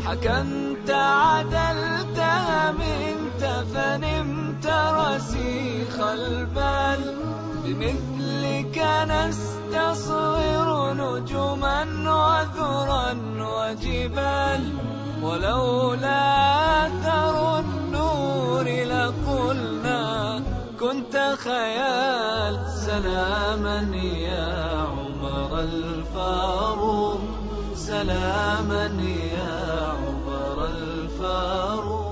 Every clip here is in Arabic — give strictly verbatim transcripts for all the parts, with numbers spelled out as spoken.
حكمت عدلت أمنت فنمت رسيخ البال بمثلك نستصغر نجما وذرا وجبال ولولا أثر النور لقلنا كنت خيال سلاما يا عمر الفاروق سلاما يا عمر الفاروق.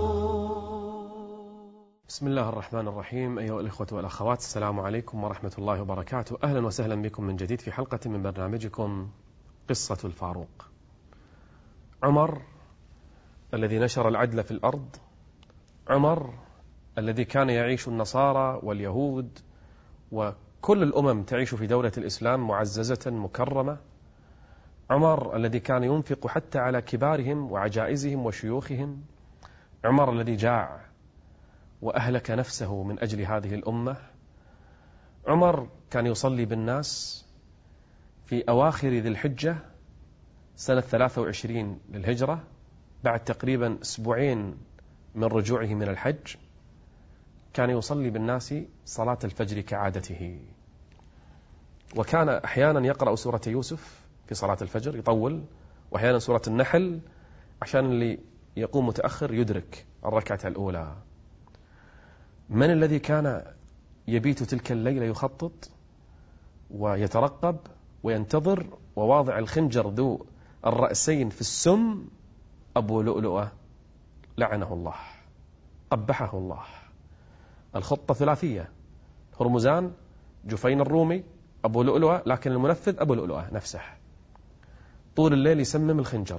بسم الله الرحمن الرحيم. أيها الإخوة والأخوات، السلام عليكم ورحمة الله وبركاته. أهلا وسهلا بكم من جديد في حلقة من برنامجكم قصة الفاروق. عمر الذي نشر العدل في الأرض، عمر الذي كان يعيش النصارى واليهود وكل الأمم تعيش في دولة الإسلام معززة مكرمة، عمر الذي كان ينفق حتى على كبارهم وعجائزهم وشيوخهم، عمر الذي جاع وأهلك نفسه من أجل هذه الأمة، عمر كان يصلي بالناس في أواخر ذي الحجة سنة ثلاثة وعشرين للهجرة بعد تقريبا أسبوعين من رجوعه من الحج، كان يصلي بالناس صلاة الفجر كعادته، وكان أحيانا يقرأ سورة يوسف في صلاة الفجر يطول، وأحيانا سورة النحل عشان اللي يقوم متأخر يدرك الركعة الأولى. من الذي كان يبيت تلك الليلة يخطط ويترقب وينتظر وواضع الخنجر ذو الرأسين في السم؟ أبو لؤلؤة لعنه الله قبحه الله. الخطة ثلاثية: هرمزان، جفين الرومي، أبو لؤلؤة، لكن المنفذ أبو لؤلؤة نفسه. طول الليل يسمم الخنجر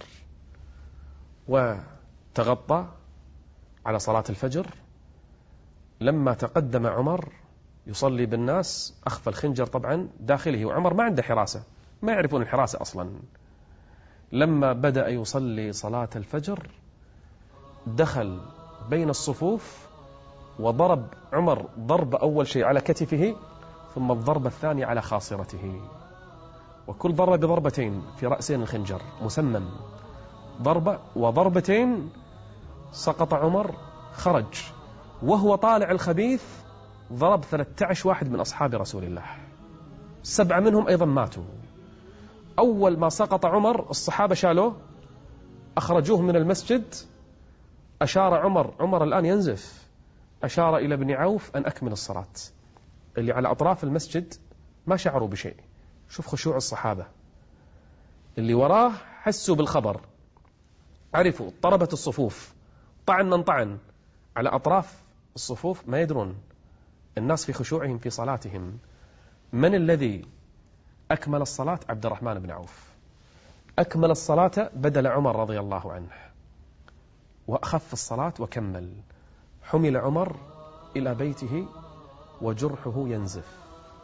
وتغطى على صلاة الفجر. لما تقدم عمر يصلي بالناس أخفى الخنجر طبعا داخله، وعمر ما عنده حراسة، ما يعرفون الحراسة أصلا. لما بدأ يصلي صلاة الفجر دخل بين الصفوف وضرب عمر ضرب أول شيء على كتفه، ثم الضربة الثانية على خاصرته، وكل ضربة بضربتين في رأسين الخنجر مسمم، ضربة وضربتين. سقط عمر، خرج وهو طالع الخبيث ضرب ثلاثة عشر واحد من أصحاب رسول الله، سبعة منهم أيضا ماتوا. أول ما سقط عمر الصحابة شالوه أخرجوه من المسجد. أشار عمر عمر الآن ينزف أشار إلى ابن عوف أن أكمل الصلاة. اللي على أطراف المسجد ما شعروا بشيء، شوف خشوع الصحابة. اللي وراه حسوا بالخبر، عرفوا، اضطربت الصفوف، طعنا طعن على أطراف الصفوف، ما يدرون الناس في خشوعهم في صلاتهم. من الذي أكمل الصلاة؟ عبد الرحمن بن عوف أكمل الصلاة بدل عمر رضي الله عنه، وأخف الصلاة وكمل. حمل عمر إلى بيته وجرحه ينزف.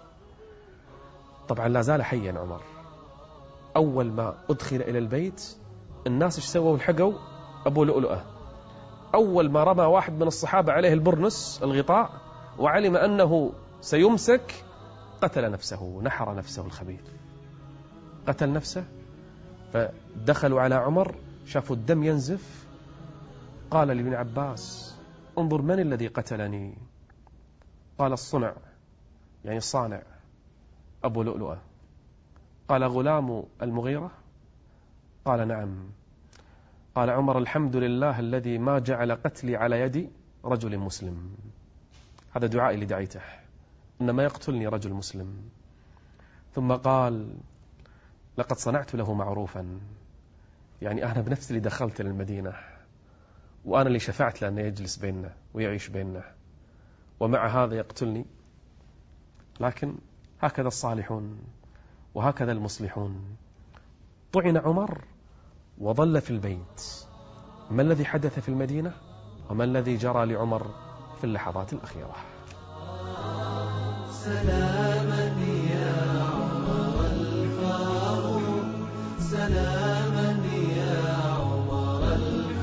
طبعا لا زال حيا عمر. أول ما أدخل إلى البيت الناس ايش سووا؟ الحقوا أبو لؤلؤة. أول ما رمى واحد من الصحابة عليه البرنس الغطاء وعلم أنه سيمسك قتل نفسه، نحر نفسه الخبيث، قتل نفسه. فدخلوا على عمر شافوا الدم ينزف، قال لابن عباس: انظر من الذي قتلني؟ قال: الصنع، يعني الصانع، أبو لؤلؤة. قال: غلام المغيرة؟ قال: نعم. قال عمر: الحمد لله الذي ما جعل قتلي على يد رجل مسلم. هذا دعائي اللي دعيته، إنما يقتلني رجل مسلم. ثم قال: لقد صنعت له معروفا، يعني أنا بنفسي اللي دخلت للمدينة، وأنا اللي شفعت لأنه يجلس بيننا ويعيش بيننا، ومع هذا يقتلني. لكن هكذا الصالحون وهكذا المصلحون. طعن عمر وظل في البيت. ما الذي حدث في المدينة وما الذي جرى لعمر في اللحظات الأخيرة؟ سلاما يا عمر الفاروق سلاما يا عمر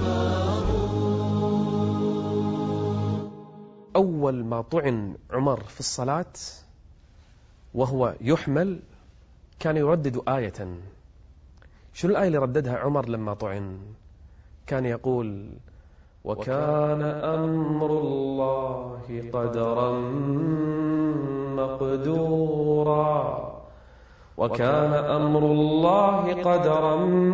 الفاروق. أول ما طعن عمر في الصلاة وهو يحمل كان يردد آية. شنو الآية اللي رددها عمر لما طعن؟ كان يقول: وكان أمر الله قدرا مقدورا، وكان أمر الله قدرا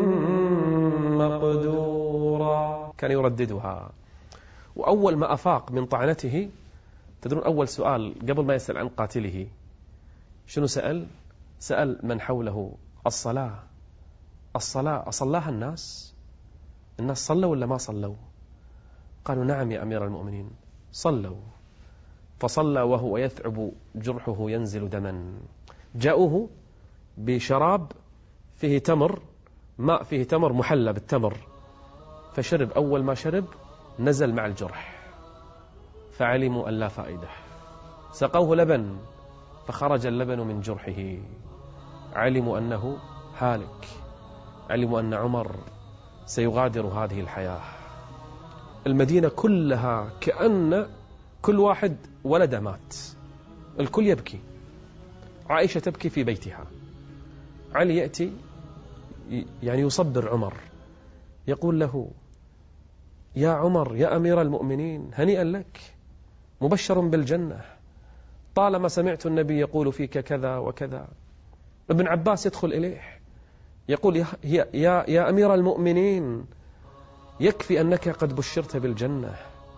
مقدورا. كان يرددها. وأول ما أفاق من طعنته، تدرون أول سؤال قبل ما يسأل عن قاتله شنو سأل؟ سأل من حوله: الصلاة الصلاة أصلاها الناس؟ الناس صلوا ولا ما صلوا؟ قالوا: نعم يا أمير المؤمنين صلوا. فصلى وهو يثعب جرحه ينزل دما. جاءوه بشراب فيه تمر، ماء فيه تمر محلى بالتمر، فشرب. أول ما شرب نزل مع الجرح، فعلموا أن لا فائدة. سقوه لبن فخرج اللبن من جرحه، علموا أنه هالك، علموا أن عمر سيغادر هذه الحياة. المدينة كلها كأن كل واحد ولده مات، الكل يبكي. عائشة تبكي في بيتها، علي يأتي يعني يصبر عمر، يقول له: يا عمر يا أمير المؤمنين هنيئا لك، مبشر بالجنة، طالما سمعت النبي يقول فيك كذا وكذا. ابن عباس يدخل إليه يقول: يا, يا, يا أمير المؤمنين يكفي أنك قد بشرت بالجنة،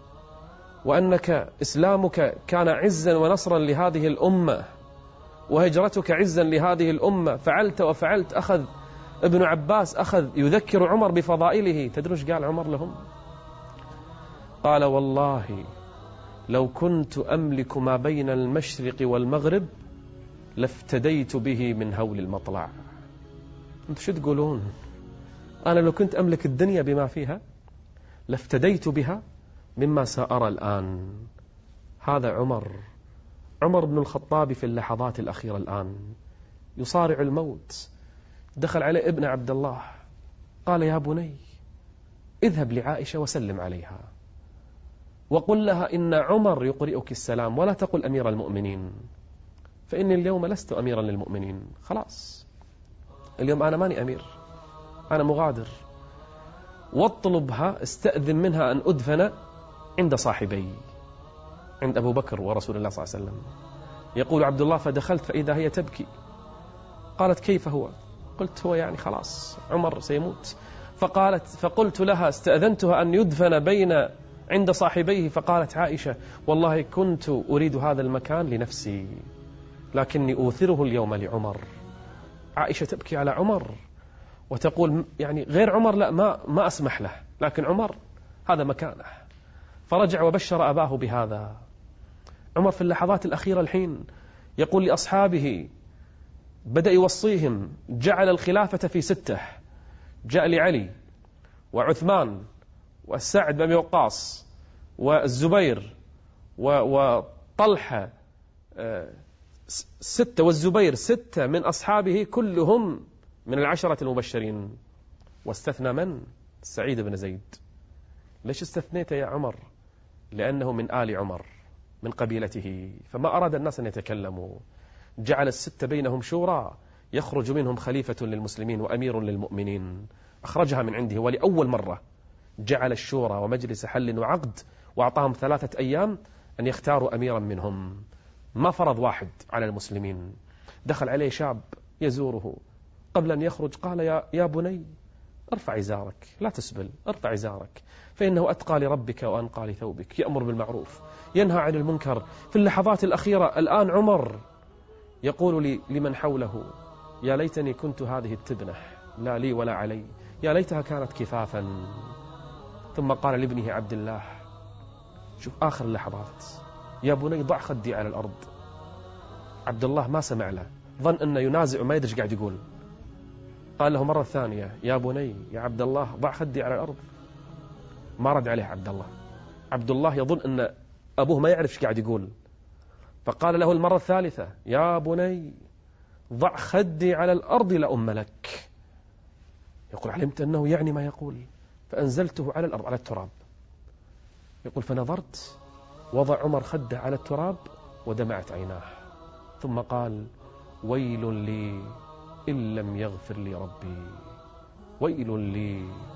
وأنك إسلامك كان عزا ونصرا لهذه الأمة، وهجرتك عزا لهذه الأمة، فعلت وفعلت. أخذ ابن عباس أخذ يذكر عمر بفضائله. تدرج قال عمر لهم؟ قال: والله لو كنت أملك ما بين المشرق والمغرب لافتديت به من هول المطلع. أنتم شو تقولون؟ أنا لو كنت أملك الدنيا بما فيها لافتديت بها مما سأرى الآن. هذا عمر عمر بن الخطاب في اللحظات الأخيرة الآن يصارع الموت. دخل عليه ابن عبد الله قال: يا بني اذهب لعائشة وسلم عليها وقل لها إن عمر يقرئك السلام، ولا تقل أمير المؤمنين، فإني اليوم لست أميرا للمؤمنين. خلاص اليوم أنا ماني أمير، أنا مغادر. واطلبها، استأذن منها أن أدفن عند صاحبي، عند أبو بكر ورسول الله صلى الله عليه وسلم. يقول عبد الله: فدخلت فإذا هي تبكي. قالت: كيف هو؟ قلت: هو يعني خلاص عمر سيموت. فقالت فقلت لها استأذنتها أن يدفن بين عند صاحبيه. فقالت عائشة: والله كنت أريد هذا المكان لنفسي، لكني أوثره اليوم لعمر. عائشة تبكي على عمر وتقول: يعني غير عمر لا، ما, ما أسمح له، لكن عمر هذا مكانه. فرجع وبشر أباه بهذا. عمر في اللحظات الأخيرة الحين يقول لأصحابه، بدأ يوصيهم، جعل الخلافة في ستة، جاء لعلي وعثمان والسعد بن أبي وقاص والزبير وطلحة، ستة، والزبير ستة من أصحابه كلهم من العشرة المبشرين، واستثنى من؟ سعيد بن زيد. ليش استثنيت يا عمر؟ لأنه من آل عمر، من قبيلته، فما أراد الناس أن يتكلموا. جعل الستة بينهم شورى، يخرج منهم خليفة للمسلمين وأمير للمؤمنين. أخرجها من عنده، ولأول مرة جعل الشورى ومجلس حل وعقد، وأعطاهم ثلاثة أيام أن يختاروا أميرا منهم، ما فرض واحد على المسلمين. دخل عليه شاب يزوره، قبل أن يخرج قال: يا, يا بني ارفع إزارك، لا تسبل، ارفع إزارك، فإنه أتقى لربك وأنقى لثوبك، يأمر بالمعروف ينهى عن المنكر. في اللحظات الأخيرة الآن عمر يقول لي لمن حوله: يا ليتني كنت هذه التبنة، لا لي ولا علي، يا ليتها كانت كفافا. ثم قال لابنه عبد الله، شوف آخر اللحظات: يا بني ضع خدي على الأرض. عبد الله ما سمع له، ظن أنه ينازع وما يدري قاعد يقول. قال له مرة ثانية: يا بني يا عبد الله ضع خدي على الأرض. ما رد عليه عبد الله. عبد الله يظن أن أبوه ما يعرف ايش قاعد يقول، فقال له المرة الثالثة: يا بني ضع خدي على الأرض لأم لك. يقول: علمت أنه يعني ما يقول، فأنزلته على الأرض على التراب. يقول: فنظرت وضع عمر خده على التراب ودمعت عيناه، ثم قال: ويل لي إن لم يغفر لي ربي، ويل لي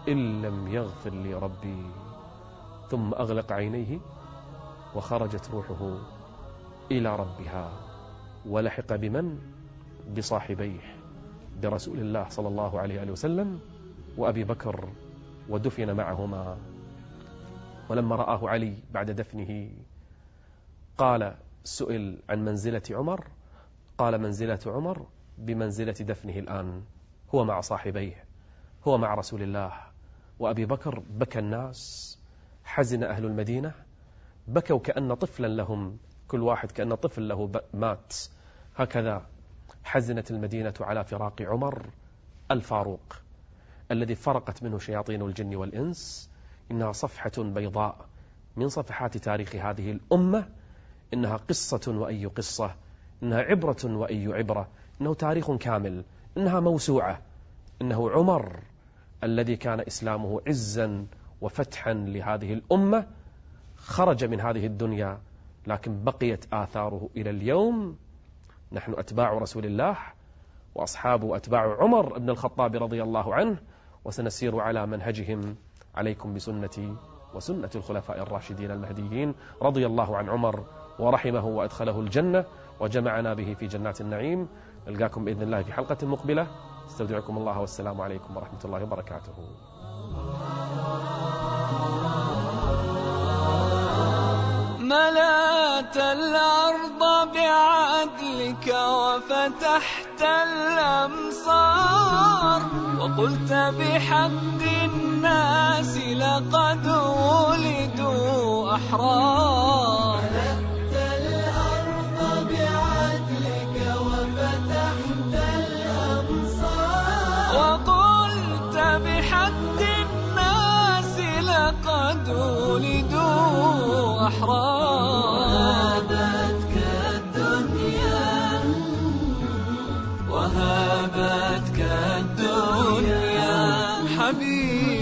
إن لم يغفر لي ربي. ثم أغلق عينيه وخرجت روحه إلى ربها، ولحق بمن؟ بصاحبيه، برسول الله صلى الله عليه وسلم وأبي بكر، ودفن معهما. ولما رآه علي بعد دفنه قال، سئل عن منزلة عمر، قال منزلة عمر بمنزلة دفنه الآن، هو مع صاحبيه، هو مع رسول الله. وأبي بكر بكى الناس، حزن أهل المدينة، بكوا كأن طفلا لهم، كل واحد كأن طفل له مات. هكذا حزنت المدينة على فراق عمر الفاروق الذي فرقت منه شياطين الجن والإنس. إنها صفحة بيضاء من صفحات تاريخ هذه الأمة، إنها قصة وأي قصة، إنها عبرة وأي عبرة، إنه تاريخ كامل، إنها موسوعة. إنه عمر الذي كان إسلامه عزا وفتحا لهذه الأمة، خرج من هذه الدنيا، لكن بقيت آثاره إلى اليوم. نحن أتباع رسول الله، وأصحابه أتباع عمر بن الخطاب رضي الله عنه، وسنسير على منهجهم. عليكم بسنتي وسنة الخلفاء الراشدين المهديين. رضي الله عن عمر ورحمه وأدخله الجنة وجمعنا به في جنات النعيم. نلقاكم بإذن الله في حلقة مقبلة. استودعكم الله، والسلام عليكم ورحمة الله وبركاته. ملأت الأرض بعدلك وفتحت الأمصار، وقلت بحق الناس لقد ولدوا أحرار. ملأت الأرض بعدلك وفتحت الأمصار، وقلت بحق الناس لقد ولدوا أحرار. وهابتك الدنيا وهابتك الدنيا حبيبي.